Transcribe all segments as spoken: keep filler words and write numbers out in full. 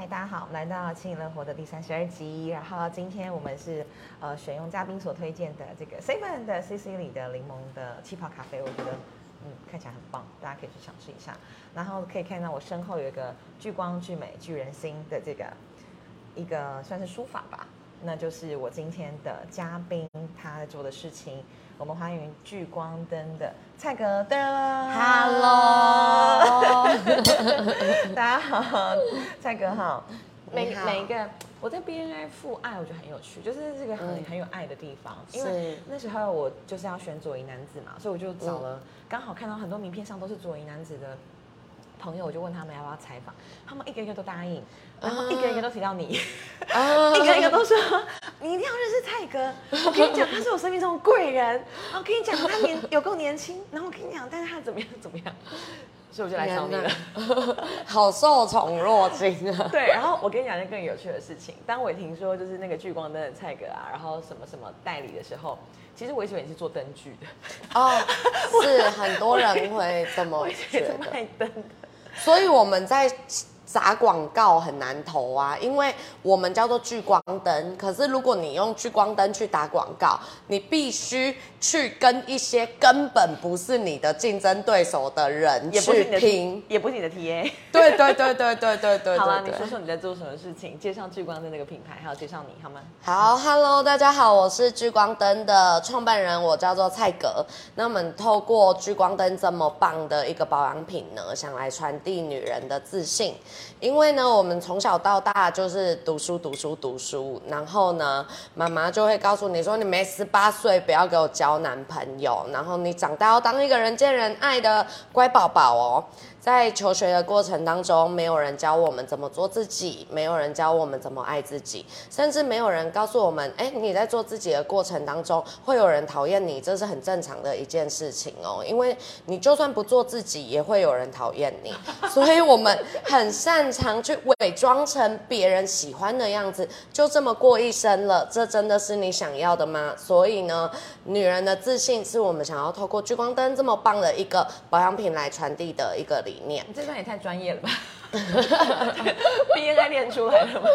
嗨，大家好，来到《轻盈乐活》的第三十二集。然后今天我们是呃选用嘉宾所推荐的这个 Seven 的 C C 里的柠檬的气泡咖啡，我觉得嗯看起来很棒，大家可以去尝试一下。然后可以看到我身后有一个聚光聚美聚人心的这个一个算是书法吧，那就是我今天的嘉宾他在做的事情。我们欢迎聚光灯的蔡格登 ，Hello， 大家好，蔡格好。每好每一个我在 B N I 父爱，我觉得很有趣，就是这个很、嗯、很有爱的地方。因为那时候我就是要选左营男子嘛，所以我就找了，刚、嗯、好看到很多名片上都是左营男子的朋友，我就问他们要不要采访，他们一个一个都答应，然后一个一个都提到你，啊、一个一个都说你一定要认识蔡哥。我跟你讲，他是我生命中的贵人。我跟你讲，他年有够年轻，然后我跟你讲，但是他怎么样怎么样，所以我就来找你了。 好受宠若惊啊！ 对，然后我跟你讲一件更有趣的事情，当我听说就是那个聚光灯的蔡哥啊，然后什么什么代理的时候，其实我以为你是做灯具的。 哦，是很多人会这么觉得。 卖灯的。 所以我们在砸广告很难投啊，因为我们叫做聚光灯，可是如果你用聚光灯去打广告，你必须去跟一些根本不是你的竞争对手的人去拼， 也不是你的 T A。 对对对对对对对。 好了，你说说你在做什么事情，介绍聚光灯那个品牌，还有介绍你好吗？ 好 ，Hello， 大家好，我是聚光灯的创办人，我叫做蔡格。那我们透过聚光灯这么棒的一个保养品呢，想来传递女人的自信。因为呢，我们从小到大就是读书读书读书，然后呢，妈妈就会告诉你说，你没十八岁不要给我交男朋友，然后你长大要当一个人见人爱的乖宝宝哦。在求学的过程当中，没有人教我们怎么做自己，没有人教我们怎么爱自己，甚至没有人告诉我们，哎，你在做自己的过程当中，会有人讨厌你，这是很正常的一件事情哦。因为你就算不做自己，也会有人讨厌你，所以我们很擅长去伪装成别人喜欢的样子，就这么过一生了。这真的是你想要的吗？所以呢，女人的自信是我们想要透过聚光灯这么棒的一个保养品来传递的一个理念。 你这段也太专业了吧？B N I 练出来了吗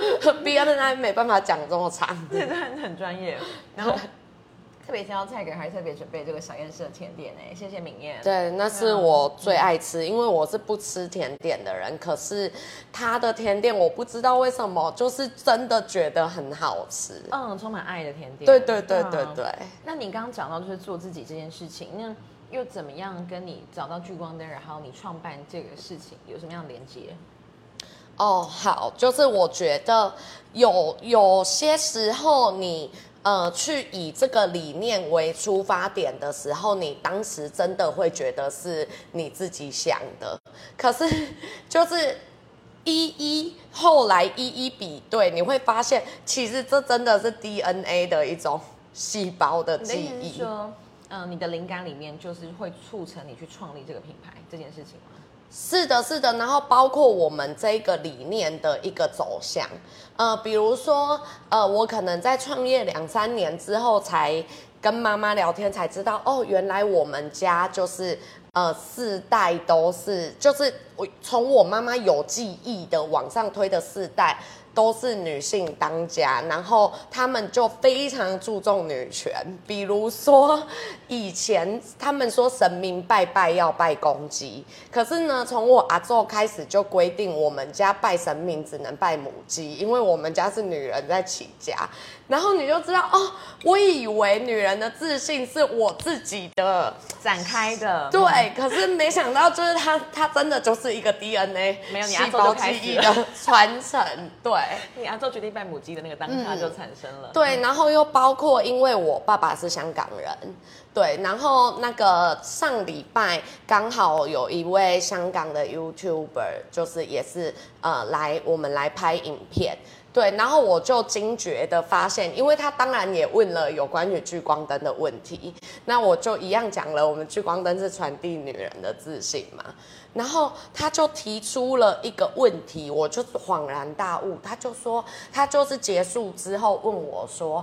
？B N I 没办法讲这么长， 这段很专业。然后特别挑蔡格，还特别准备这个小燕式的甜点哎，谢谢敏燕。 对，那是我最爱吃，因为我是不吃甜点的人，可是他的甜点我不知道为什么，就是真的觉得很好吃。 嗯，充满爱的甜点。 对对对对对。 嗯、那你刚刚讲到就是做自己这件事情，那又怎么样跟你找到聚光灯，然后你创办这个事情有什么样的连接？ 哦，好，就是我觉得有有些时候你呃去以这个理念为出发点的时候，你当时真的会觉得是你自己想的，可是就是一一后来一一比对，你会发现其实这真的是 D N A 的一种细胞的记忆。 你的意思是说，嗯、呃，你的灵感里面就是会促成你去创立这个品牌这件事情吗？ 是的，是的，然后包括我们这个理念的一个走向，呃，比如说，呃，我可能在创业两三年之后，才跟妈妈聊天，才知道，哦，原来我们家就是呃四代都是，就是我从我妈妈有记忆的往上推的四代。都是女性当家，然后他们就非常注重女权。比如说，以前他们说神明拜拜要拜公鸡，可是呢，从我阿祖开始就规定，我们家拜神明只能拜母鸡，因为我们家是女人在起家。然后你就知道哦，我以为女人的自信是我自己的展开的， 对，嗯、可是没想到就是它，它真的就是一个 D N A 没有你细胞记忆的传承，对。 你阿祖决定拜母鸡的那个当下就产生了， 嗯、对，然后又包括因为我爸爸是香港人，对，然后那个上礼拜刚好有一位香港的 YouTuber， 就是也是呃来我们来拍影片。对，然后我就惊觉的发现，因为他当然也问了有关于聚光灯的问题，那我就一样讲了，我们聚光灯是传递女人的自信嘛。然后他就提出了一个问题，我就恍然大悟，他就说，他就是结束之后问我说，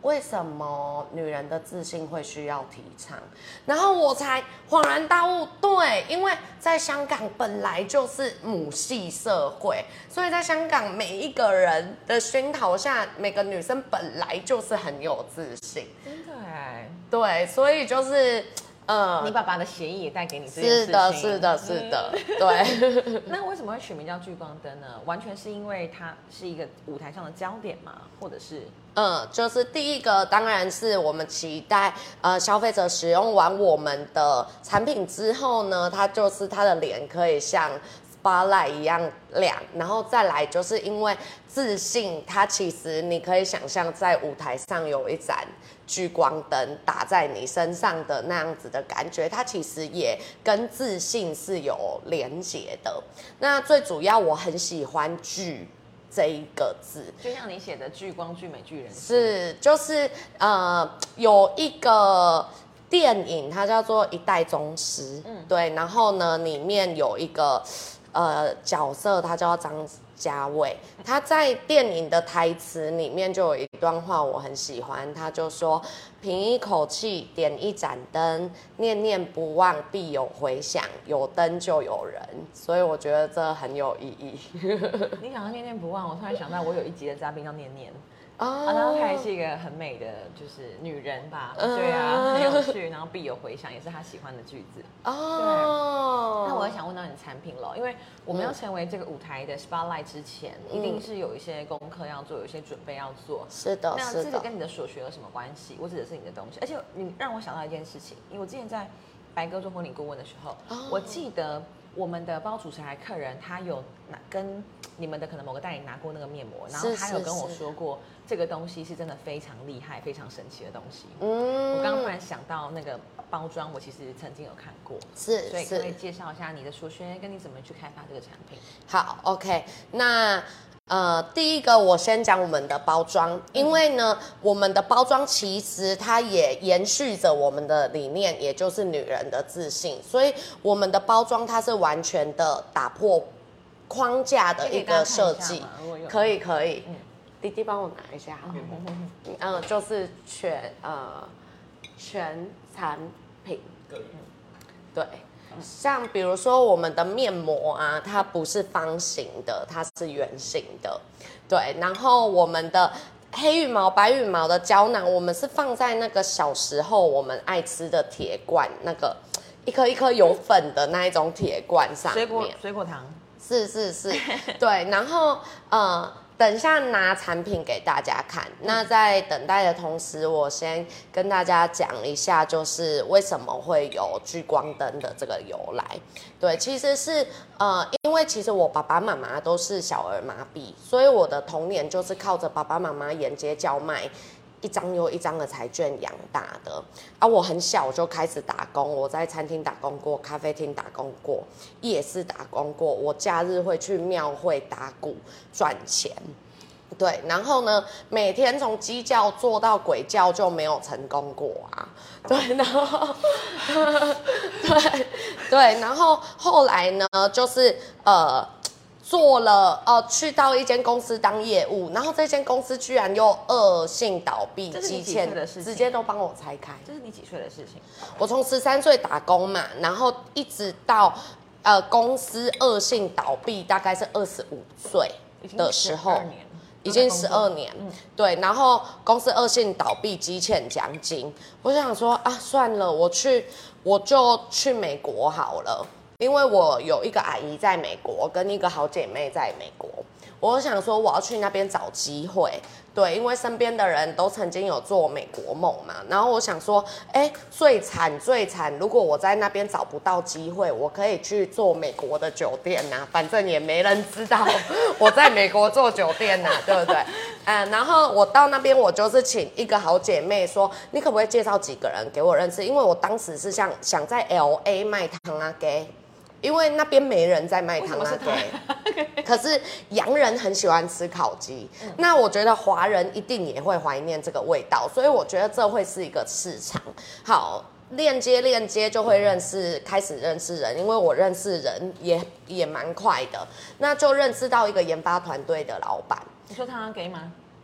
为什么女人的自信会需要提倡？然后我才恍然大悟，对，因为在香港本来就是母系社会，所以在香港每一个人的熏陶下，每个女生本来就是很有自信。 真的哎， 对，所以就是呃， 你爸爸的协议也带给你这件事情。 是的，是的，是的，嗯、对。 那为什么会取名叫聚光灯呢？完全是因为它是一个舞台上的焦点吗？或者是？ 嗯，就是第一个，当然是我们期待呃消费者使用完我们的产品之后呢，他就是他的脸可以像 spotlight 一样亮，然后再来就是因为自信，它其实你可以想象在舞台上有一盏聚光灯打在你身上的那样子的感觉，它其实也跟自信是有连结的。那最主要我很喜欢聚这一个字， 就像你写的聚光聚美聚人是，就是呃有一个电影，它叫做《一代宗师》，嗯，对，然后呢里面有一个呃角色，他叫张家卫，他在电影的台词里面就有一段话我很喜欢，他就说：凭一口气点一盏灯，念念不忘必有回响，有灯就有人。所以我觉得这很有意义。 你讲到念念不忘，我突然想到我有一集的嘉宾叫念念。 哦、 啊，然后她也是一个很美的，就是女人吧，嗯、对啊，很有趣，然后必有回响，也是她喜欢的句子。哦，那我也想问到你的产品了，因为我们要成为这个舞台的 spotlight 之前，嗯、一定是有一些功课要做，有一些准备要做。 是的， 那这个跟你的所学有什么关系？我指的是你的东西，而且你让我想到一件事情，因为我之前在白哥做婚礼顾问的时候，哦、我记得我们的包主持人客人他有拿跟你们的可能某个代理拿过那个面膜，然后他有跟我说过。这个东西是真的非常厉害、非常神奇的东西。嗯，我刚刚突然想到那个包装，我其实曾经有看过， 是， 所以可以介绍一下你的所学，跟你怎么去开发这个产品。 好 ，OK， 那呃，第一个我先讲我们的包装，因为呢，嗯、我们的包装其实它也延续着我们的理念，也就是女人的自信，所以我们的包装它是完全的打破框架的一个设计，可以可以。嗯弟弟帮我拿一下，嗯，呃、就是全呃全产品，对，像比如说我们的面膜啊，它不是方形的，它是圆形的，对，然后我们的黑羽毛、白羽毛的胶囊，我们是放在那个小时候我们爱吃的铁罐，那个一颗一颗有粉的那一种铁罐上面， 水果水果糖， 是是是，对，然后呃。等一下拿产品给大家看。那在等待的同时，我先跟大家讲一下，就是为什么会有聚光灯的这个由来。对，其实是呃，因为其实我爸爸妈妈都是小儿麻痹，所以我的童年就是靠着爸爸妈妈沿街叫卖。一张又一张的彩券养大的啊！我很小就开始打工，我在餐厅打工过，咖啡厅打工过，夜市打工过，我假日会去庙会打鼓赚钱。对，然后呢，每天从鸡叫做到鬼叫就没有成功过啊。对，然后对对，然后后来呢，就是呃。做了呃，去到一间公司当业务，然后这间公司居然又恶性倒闭， 积欠的事情直接都帮我拆开。 这是你几岁的事情？ 我从十三岁打工嘛，然后一直到呃公司恶性倒闭，大概是二十五岁的时候，已经十二年，嗯、对，然后公司恶性倒闭，积欠奖金，我想说啊，算了，我去我就去美国好了。因为我有一个阿姨在美国，跟一个好姐妹在美国，我想说我要去那边找机会，对，因为身边的人都曾经有做美国梦嘛，然后我想说，哎，最惨最惨，如果我在那边找不到机会，我可以去做美国的酒店呐、啊，反正也没人知道我在美国做酒店呐、啊，对不对？嗯，然后我到那边，我就是请一个好姐妹说，你可不可以介绍几个人给我认识？因为我当时是想想在 L A 卖糖啊给。因为那边没人在卖糖啊，对。可是洋人很喜欢吃烤鸡，嗯、那我觉得华人一定也会怀念这个味道，所以我觉得这会是一个市场。好，链接链接就会认识，开始认识人，因为我认识人也也蛮快的，那就认识到一个研发团队的老板。 你说糖啊给吗？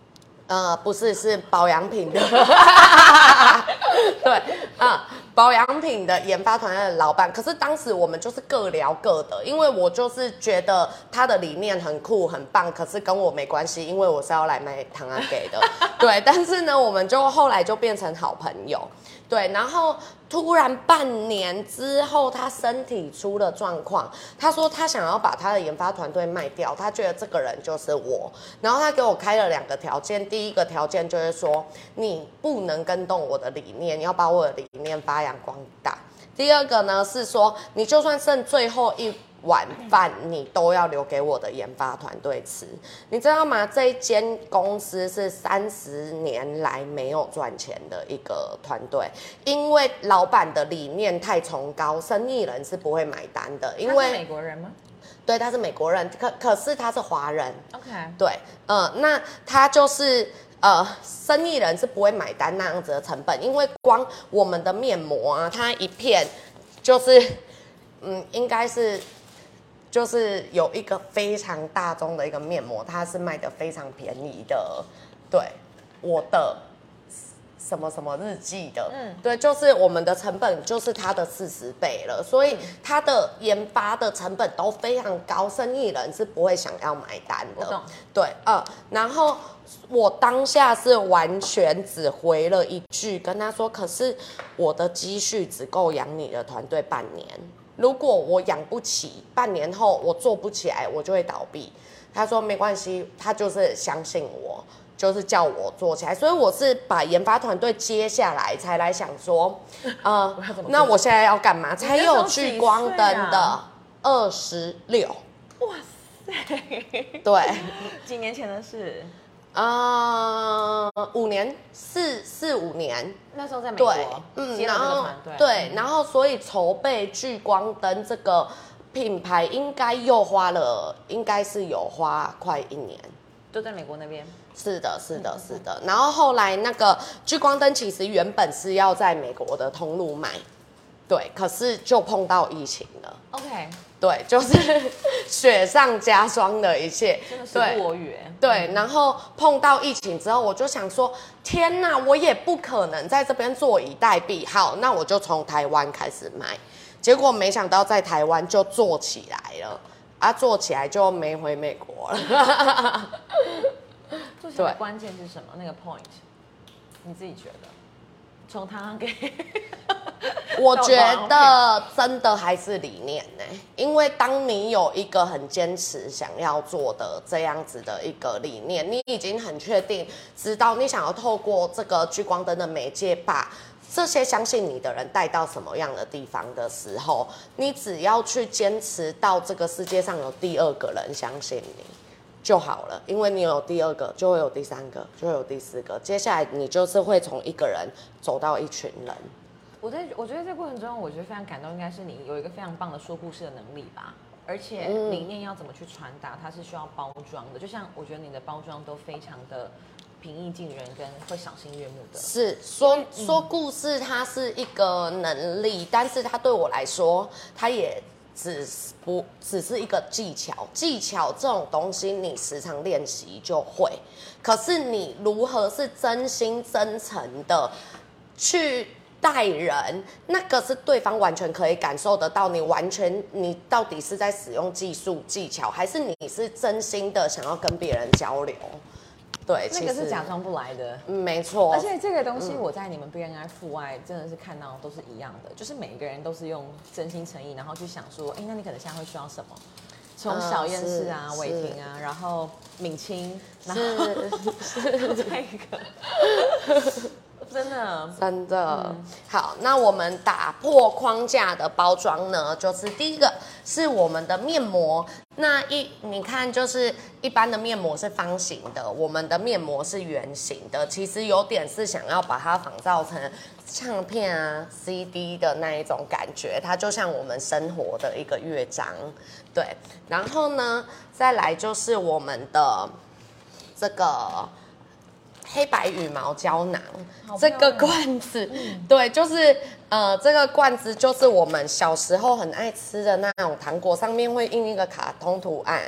呃，不是，是保养品的。对，啊、呃，保养品的研发团队的老板。可是当时我们就是各聊各的，因为我就是觉得他的理念很酷很棒，可是跟我没关系，因为我是要来卖糖阿给的。对，但是呢，我们就后来就变成好朋友。对，然后突然半年之后，他身体出了状况，他说他想要把他的研发团队卖掉，他觉得这个人就是我，然后他给我开了两个条件，第一个条件就是说你不能跟动我的理念，你要把我的理念发扬光大。第二个呢是说，你就算剩最后一碗饭，你都要留给我的研发团队吃，你知道吗？这一间公司是三十年来没有赚钱的一个团队，因为老板的理念太崇高，生意人是不会买单的。因为他是美国人吗？ 对，他是美国人，可可是他是华人。 OK， 对，呃，那他就是呃，生意人是不会买单那样子的成本，因为光我们的面膜啊，它一片就是嗯，应该是。就是有一个非常大宗的一个面膜，它是卖的非常便宜的，对，我的什么什么日记的，嗯，对，就是我们的成本就是它的四十倍了，所以它的研发的成本都非常高，生意人是不会想要买单的。 我懂， 对，呃，然后我当下是完全只回了一句，跟他说，可是我的积蓄只够养你的团队半年。如果我养不起，半年后我做不起来，我就会倒闭。他说没关系，他就是相信我，就是叫我做起来。所以我是把研发团队接下来，才来想说，呃，那我现在要干嘛？才有聚光灯的二十六。 哇塞！ 对， 几年前的事。 呃，五年，四四五年， 那时候在美国， 对，嗯， 然后对，然后所以筹备聚光灯这个品牌，应该又花了，应该是有花快一年， 都在美国那边。 是的，是的，是的。然后后来那个聚光灯其实原本是要在美国的通路卖，对，可是就碰到疫情了。 OK。 对，就是雪上加霜的一切， 真的是不我与。 对，然后碰到疫情之后，我就想说，天哪，我也不可能在这边坐以待毙。好，那我就从台湾开始卖。结果没想到在台湾就做起来了，啊，做起来就没回美国了。 做起来的关键是什么？那个 point， 你自己觉得？从他给。 我觉得真的还是理念呢、欸，因为当你有一个很坚持想要做的这样子的一个理念，你已经很确定知道你想要透过这个聚光灯的媒介把这些相信你的人带到什么样的地方的时候，你只要去坚持到这个世界上有第二个人相信你就好了，因为你有第二个就会有第三个就会有第四个，接下来你就是会从一个人走到一群人。 我在我觉得这过程中，我觉得非常感动，应该是你有一个非常棒的说故事的能力吧。而且理念要怎么去传达，它是需要包装的。就像我觉得你的包装都非常的平易近人，跟会赏心悦目的。 是说说故事，它是一个能力，但是它对我来说，它也只不只是一个技巧。技巧这种东西，你时常练习就会。可是你如何是真心真诚的去待人，那个是对方完全可以感受得到，你完全你到底是在使用技术技巧，还是你是真心的想要跟别人交流？对， 那个是假装不来的， 嗯，没错。 而且这个东西我在你们 B N I 阜外真的是看到都是一样的，就是每一个人都是用真心诚意，然后去想说，哎，那你可能现在会需要什么？从小燕世啊、伟霆啊，然后敏清，然后这个。真的， 真的、嗯、好。那我们打破框架的包装呢，就是第一个是我们的面膜。那一你看，就是一般的面膜是方形的，我们的面膜是圆形的。其实有点是想要把它仿造成唱片啊、C D 的那一种感觉，它就像我们生活的一个乐章。对，然后呢，再来就是我们的这个黑白羽毛胶囊，这个罐子，嗯、对，就是呃，这个罐子就是我们小时候很爱吃的那种糖果，上面会印一个卡通图案。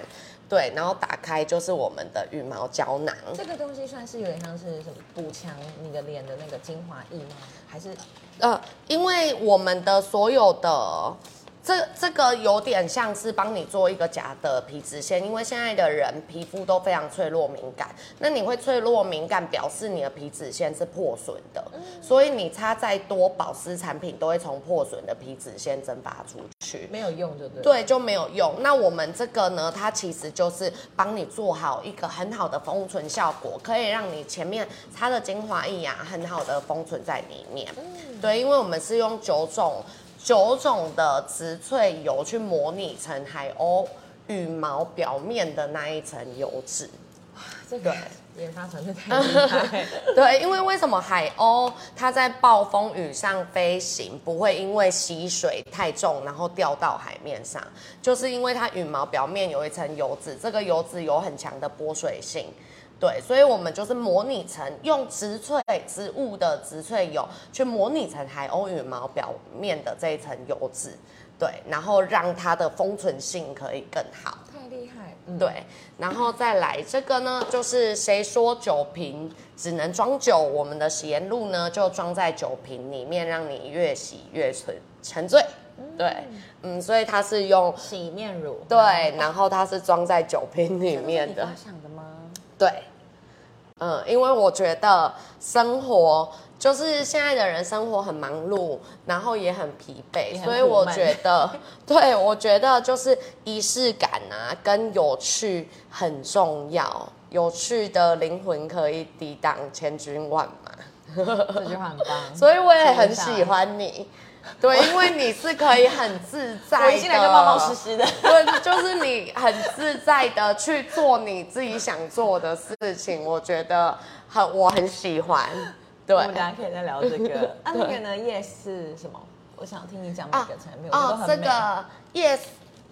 对，然后打开就是我们的羽毛胶囊。 这个东西算是有点像是什么补强你的脸的那个精华液吗？还是呃，因为我们的所有的。这这个有点像是帮你做一个假的皮脂腺，因为现在的人皮肤都非常脆弱敏感，那你会脆弱敏感，表示你的皮脂腺是破损的，嗯、所以你擦再多保湿产品都会从破损的皮脂腺蒸发出去， 没有用就对。 对，就没有用。那我们这个呢，它其实就是帮你做好一个很好的封存效果，可以让你前面擦的精华液啊，很好的封存在里面。嗯、对，因为我们是用九种。九种的植萃油去模拟成海鸥羽毛表面的那一层油脂， 哇，这个研发团队太厉害。 对，因为为什么海鸥它在暴风雨上飞行不会因为吸水太重然后掉到海面上，就是因为它羽毛表面有一层油脂，这个油脂有很强的剥水性。对，所以我们就是模拟成用植萃植物的植萃油去模拟成海鸥羽毛表面的这一层油脂，对，然后让它的封存性可以更好。 太厉害，嗯、 对，然后再来这个呢，就是谁说酒瓶只能装酒，我们的洗颜露呢就装在酒瓶里面，让你越洗越沉沉醉。对，嗯，所以它是用洗面乳， 对，然后它是装在酒瓶里面的。 这是你发想的吗？ 对。嗯，因为我觉得生活就是现在的人生活很忙碌，然后也很疲惫，所以我觉得，对，我觉得就是仪式感啊跟有趣很重要，有趣的灵魂可以抵挡千军万马。 这句话很棒， 所以我也很喜欢你。对，因为你是可以很自在的， 我一进来就冒冒失失的， 对，就是你很自在的去做你自己想做的事情，我觉得很我很喜欢。对， 我们大家可以再聊这个。啊，那个呢 ？Yes 是什么？我想听你讲每个产品，我觉得很美。 这个 Yes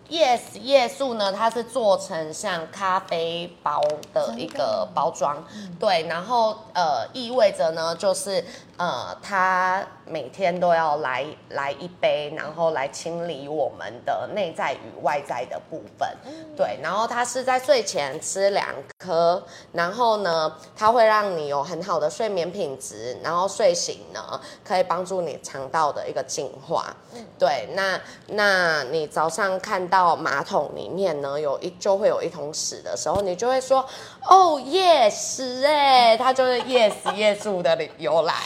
Yes 叶素呢，它是做成像咖啡包的一个包装，嗯、对，然后呃意味着呢，就是呃它每天都要来来一杯，然后来清理我们的内在与外在的部分，嗯、对，然后它是在睡前吃两颗，然后呢，它会让你有很好的睡眠品质，然后睡醒呢可以帮助你肠道的一个净化，嗯、对，那那你早上看到。到马桶里面呢，有一就会有一桶屎的时候，你就会说哦耶屎哎，它就是yes 叶素的由来。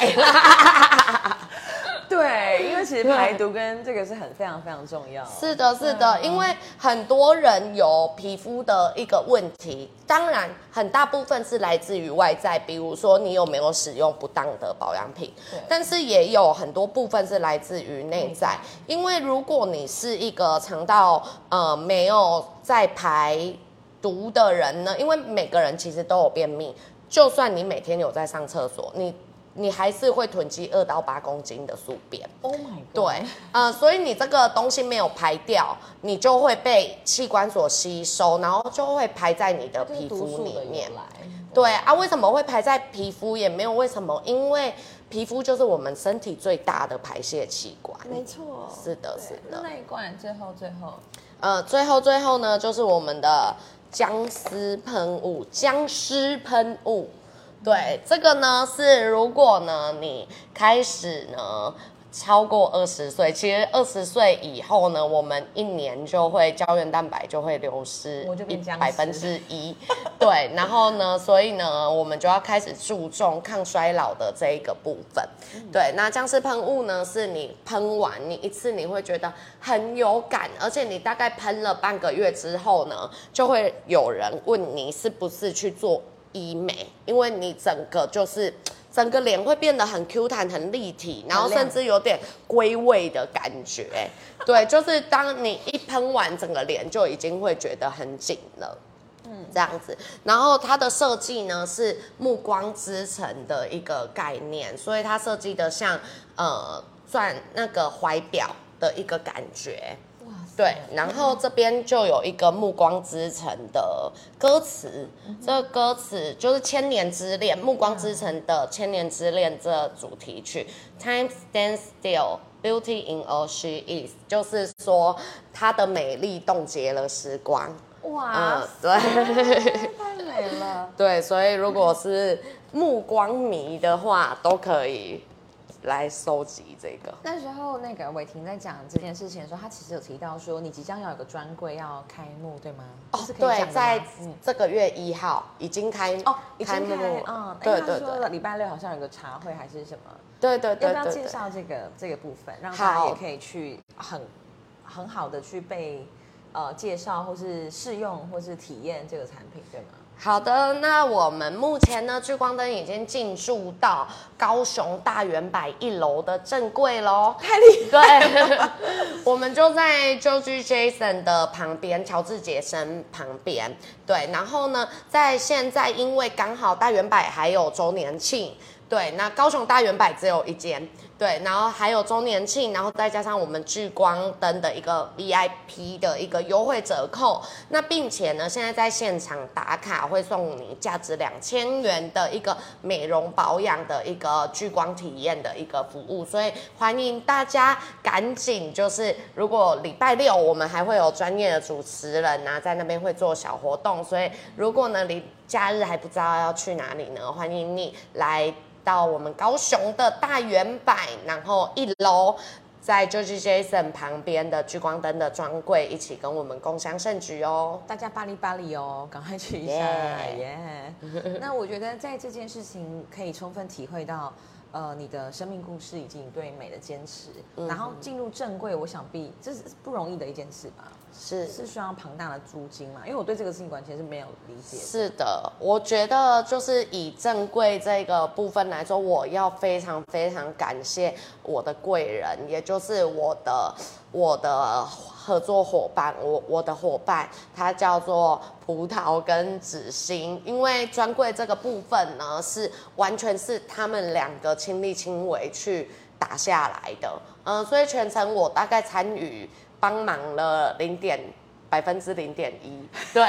对，因为其实排毒跟这个是很非常非常重要。 是的，是的，因为很多人有皮肤的一个问题，当然很大部分是来自于外在，比如说你有没有使用不当的保养品，但是也有很多部分是来自于内在。因为如果你是一个肠道呃没有在排毒的人呢，因为每个人其实都有便秘，就算你每天有在上厕所，你你还是会囤积二到八公斤的宿便。 Oh my god！ 对，呃，所以你这个东西没有排掉，你就会被器官所吸收，然后就会排在你的皮肤里面。对啊，为什么会排在皮肤？也没有为什么，因为皮肤就是我们身体最大的排泄器官。 没错， 是的，是的。 那一罐最后最后， 呃，最后最后呢，就是我们的僵尸喷雾，僵尸喷雾。对，这个呢是如果呢你开始呢超过二十岁，其实二十岁以后呢，我们一年就会胶原蛋白就会流失百分之一，对，然后呢，所以呢，我们就要开始注重抗衰老的这一个部分。嗯、对，那僵尸喷雾呢，是你喷完你一次你会觉得很有感，而且你大概喷了半个月之后呢，就会有人问你是不是去做医美，因为你整个就是整个脸会变得很 Q 弹、很立体，然后甚至有点归位的感觉。对，就是当你一喷完，整个脸就已经会觉得很紧了。嗯，这样子。然后它的设计呢是暮光之城的一个概念，所以它设计的像呃钻那个怀表的一个感觉。对，然后这边就有一个《暮光之城》的歌词，嗯、这个歌词就是《千年之恋》，《暮光之城》的《千年之恋》这主题曲。Time stands still, beauty in all she is， 就是说她的美丽冻结了时光。 哇哇， 嗯，对， 太美了。 对，所以如果是目光迷的话，都可以来收集这个。 那时候那个伟霆在讲这件事情的时候，他其实有提到说，你即将要有个专柜要开幕，对吗？ 哦， 是可以对，在嗯这个月一号已经开哦，已开幕经开，嗯， 对对对， 他说礼拜六好像有个茶会还是什么， 对对对对， 要不要介绍这个这个部分，让大家也可以去很很好的去被呃介绍，或是试用，或是体验这个产品，对吗？ 好的，那我们目前呢，聚光灯已经进驻到高雄大圆柏一楼的正柜喽， 太厉害了！对，我们就在 George Jason 的旁边，乔治杰森旁边。对，然后呢，在现在因为刚好大圆柏还有周年庆。对，那高雄大圆柏只有一间，对，然后还有周年庆，然后再加上我们聚光灯的一个 V I P 的一个优惠折扣，那并且呢，现在在现场打卡会送你价值两千元的一个美容保养的一个聚光体验的一个服务，所以欢迎大家赶紧就是，如果礼拜六我们还会有专业的主持人啊，在那边会做小活动，所以如果呢你假日还不知道要去哪里呢，欢迎你来到我们高雄的大圆柏，然后一楼在 George Jason 旁边的聚光灯的专柜，一起跟我们共襄盛举哦！ 大家巴黎巴黎哦，赶快去一下耶！ Yeah. 那我觉得在这件事情可以充分体会到，呃，你的生命故事以及你对美的坚持，嗯、然后进入正柜，我想必这是不容易的一件事吧？ 是是需要庞大的租金嘛？因为我对这个事情完全是没有理解的。 是的，我觉得就是以正柜这个部分来说，我要非常非常感谢我的贵人，也就是我的我的合作伙伴，我我的伙伴，他叫做葡萄跟子欣，因为专柜这个部分呢，是完全是他们两个亲力亲为去打下来的，嗯、呃，所以全程我大概参与。帮忙了零点百分之零点一，对，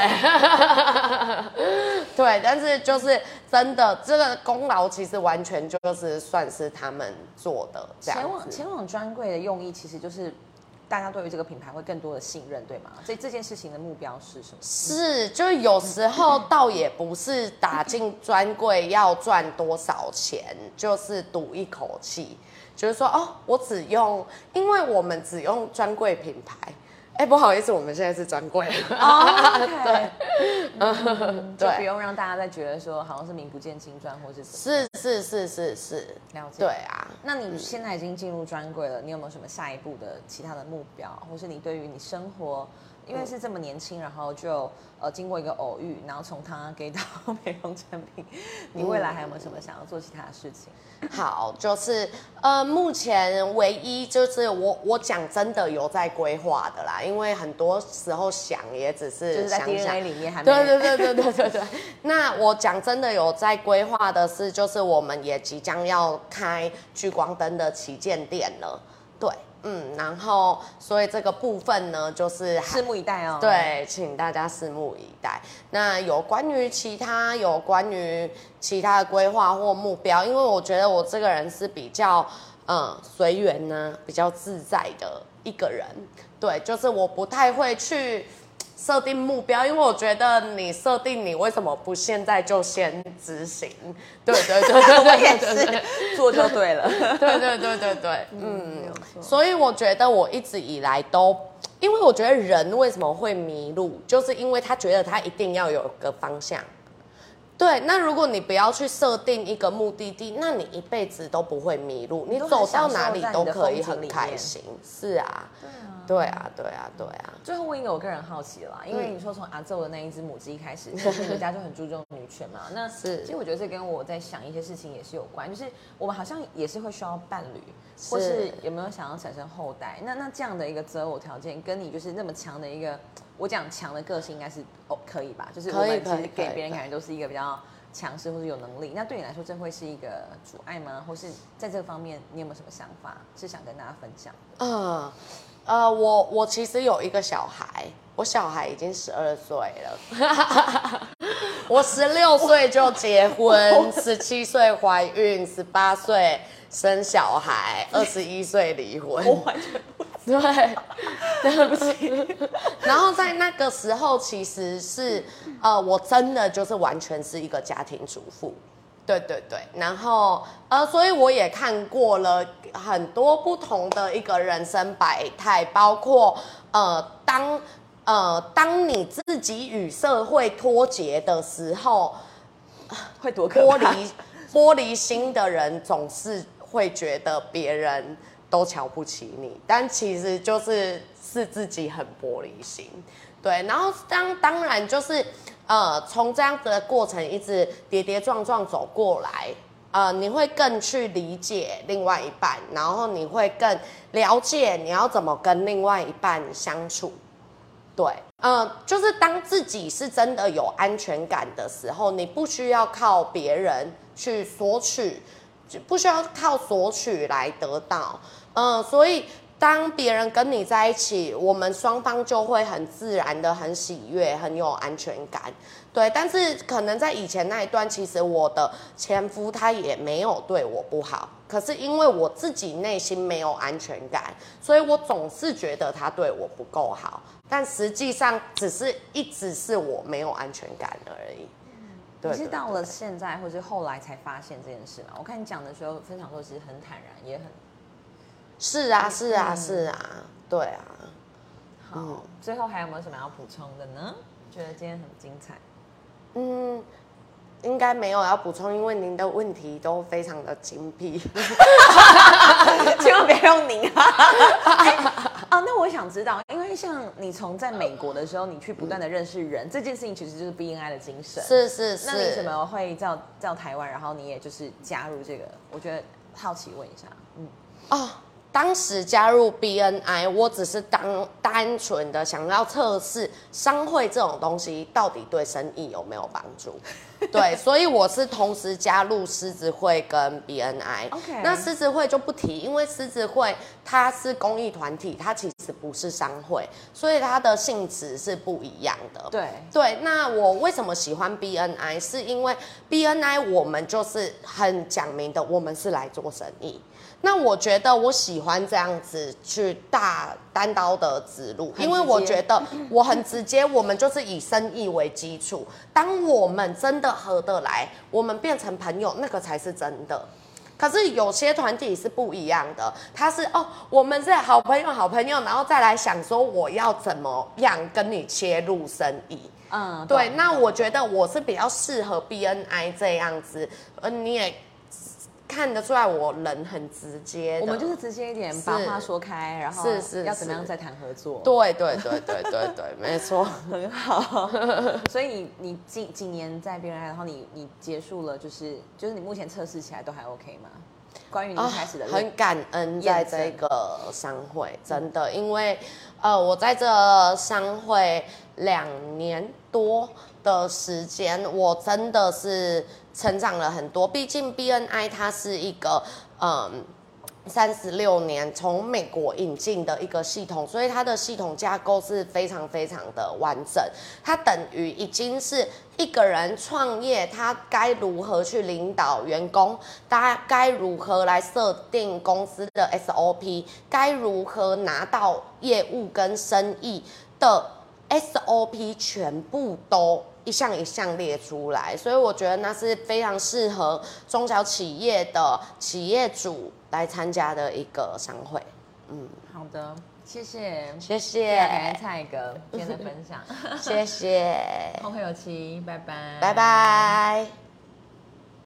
对，但是就是真的，这个功劳其实完全就是算是他们做的这样子。 前往前往专柜的用意，其实就是大家对于这个品牌会更多的信任，对吗？所以这件事情的目标是什么？ 是，就有时候倒也不是打进专柜要赚多少钱，就是赌一口气。就是说哦，我只用，因为我们只用专柜品牌。哎，不好意思，我们现在是专柜。 哦，对， 嗯， 就不用让大家再觉得说好像是名不见经传，或是是是是是是， 了解。 对啊， 那你现在已经进入专柜了，你有没有什么下一步的其他的目标，或是你对于你生活？因为是这么年轻，然后就呃经过一个偶遇，然后从他给到美容产品，你未来还有没有什么想要做其他的事情？ 好，就是呃，目前唯一就是我我讲真的有在规划的啦，因为很多时候想也只是就是在想 D N A 想里面还没对对对对对对对。那我讲真的有在规划的是，就是我们也即将要开聚光灯的旗舰店了，对。嗯，然后所以这个部分呢，就是拭目以待哦。 对，请大家拭目以待。那有关于其他有关于其他的规划或目标，因为我觉得我这个人是比较嗯随缘呢，比较自在的一个人。对，就是我不太会去设定目标，因为我觉得你设定，你为什么不现在就先执行？对对对对， 我也是做就对了。 对对对对对，嗯，所以我觉得我一直以来都，因为我觉得人为什么会迷路，就是因为他觉得他一定要有个方向。对，那如果你不要去设定一个目的地，那你一辈子都不会迷路，你走到哪里都可以很开心。是啊，对啊，对啊，对啊。 最后问一个我个人好奇的啦，因为你说从阿宙的那一只母鸡开始，其实你们家就很注重女权嘛。那是，其实我觉得这跟我在想一些事情也是有关，就是我们好像也是会需要伴侣，或是有没有想要产生后代。那那这样的一个择偶条件，跟你就是那么强的一个，我讲强的个性应该是哦可以吧？就是我们其实给别人感觉都是一个比较强势或是有能力。那对你来说，这会是一个阻碍吗？或是在这个方面，你有没有什么想法是想跟大家分享？ 嗯。呃，我我其实有一个小孩，我小孩已经十二岁了，我十六岁就结婚，十七岁怀孕，十八岁生小孩，二十一岁离婚。 我完全不知对，对不起。然后在那个时候，其实是呃，我真的就是完全是一个家庭主妇。对对对，然后呃，所以我也看过了很多不同的一个人生百态，包括呃，当呃当你自己与社会脱节的时候， 会多可怕。 玻璃玻璃心的人总是会觉得别人都瞧不起你，但其实就是是自己很玻璃心。对，然后当当然就是呃，从这样的过程一直跌跌撞撞走过来，呃，你会更去理解另外一半，然后你会更了解你要怎么跟另外一半相处。对，呃，就是当自己是真的有安全感的时候，你不需要靠别人去索取，不需要靠索取来得到，呃，所以。当别人跟你在一起，我们双方就会很自然的、很喜悦、很有安全感。对，但是可能在以前那一段，其实我的前夫他也没有对我不好，可是因为我自己内心没有安全感，所以我总是觉得他对我不够好，但实际上只是一直是我没有安全感而已。 对你是到了现在，或是后来才发现这件事吗？我看你讲的时候，分享说其实很坦然，也很。 是啊，是啊，是啊，对啊。 好，嗯、最后还有没有什么要补充的呢？觉得今天很精彩。 嗯，应该没有要补充，因为您的问题都非常的精辟。 千万别用您啊！哎啊，那我想知道，因为像你从在美国的时候，你去不断的认识人，这件事情其实就是 B N I 的精神。 是是是。 那你怎么会到到台湾，然后你也就是加入这个？我觉得好奇问一下。嗯。 哦。当时加入 B N I， 我只是当单纯的想要测试商会这种东西到底对生意有没有帮助。对，所以我是同时加入狮子会跟 B N I。Okay. 那狮子会就不提，因为狮子会它是公益团体，它其实不是商会，所以它的性质是不一样的。 对对，那我为什么喜欢 B N I？ 是因为 B N I 我们就是很讲明的，我们是来做生意。那我觉得我喜欢这样子去大单刀的指路，因为我觉得我很直接，我们就是以生意为基础。当我们真的合得来，我们变成朋友，那个才是真的。可是有些团体是不一样的，他是哦，我们是好朋友，好朋友，然后再来想说我要怎么样跟你切入生意。嗯，对。那我觉得我是比较适合 B N I 这样子，呃，你也。看得出来我人很直接的， 我们就是直接一点，把话说开，然后要怎么样再谈合作。 对对对对对对，没错， 很好。所以你你几几年在 B N I， 然后你你结束了，就是就是你目前测试起来都还 OK 吗？关于你一开始的、哦、 很感恩在这个商会，真的，因为呃我在这商会两年多的时间，我真的是成长了很多。毕竟 B N I 它是一个嗯三十六年从美国引进的一个系统，所以它的系统架构是非常非常的完整。它等于已经是一个人创业，他该如何去领导员工，他该如何来设定公司的 S O P， 该如何拿到业务跟生意的 S O P， 全部都一项一项列出来，所以我觉得那是非常适合中小企业的企业主来参加的一个商会。嗯， 好的，谢谢， 谢谢， 感谢蔡哥今天的分享， 谢谢， 后会有期，拜拜， 拜拜。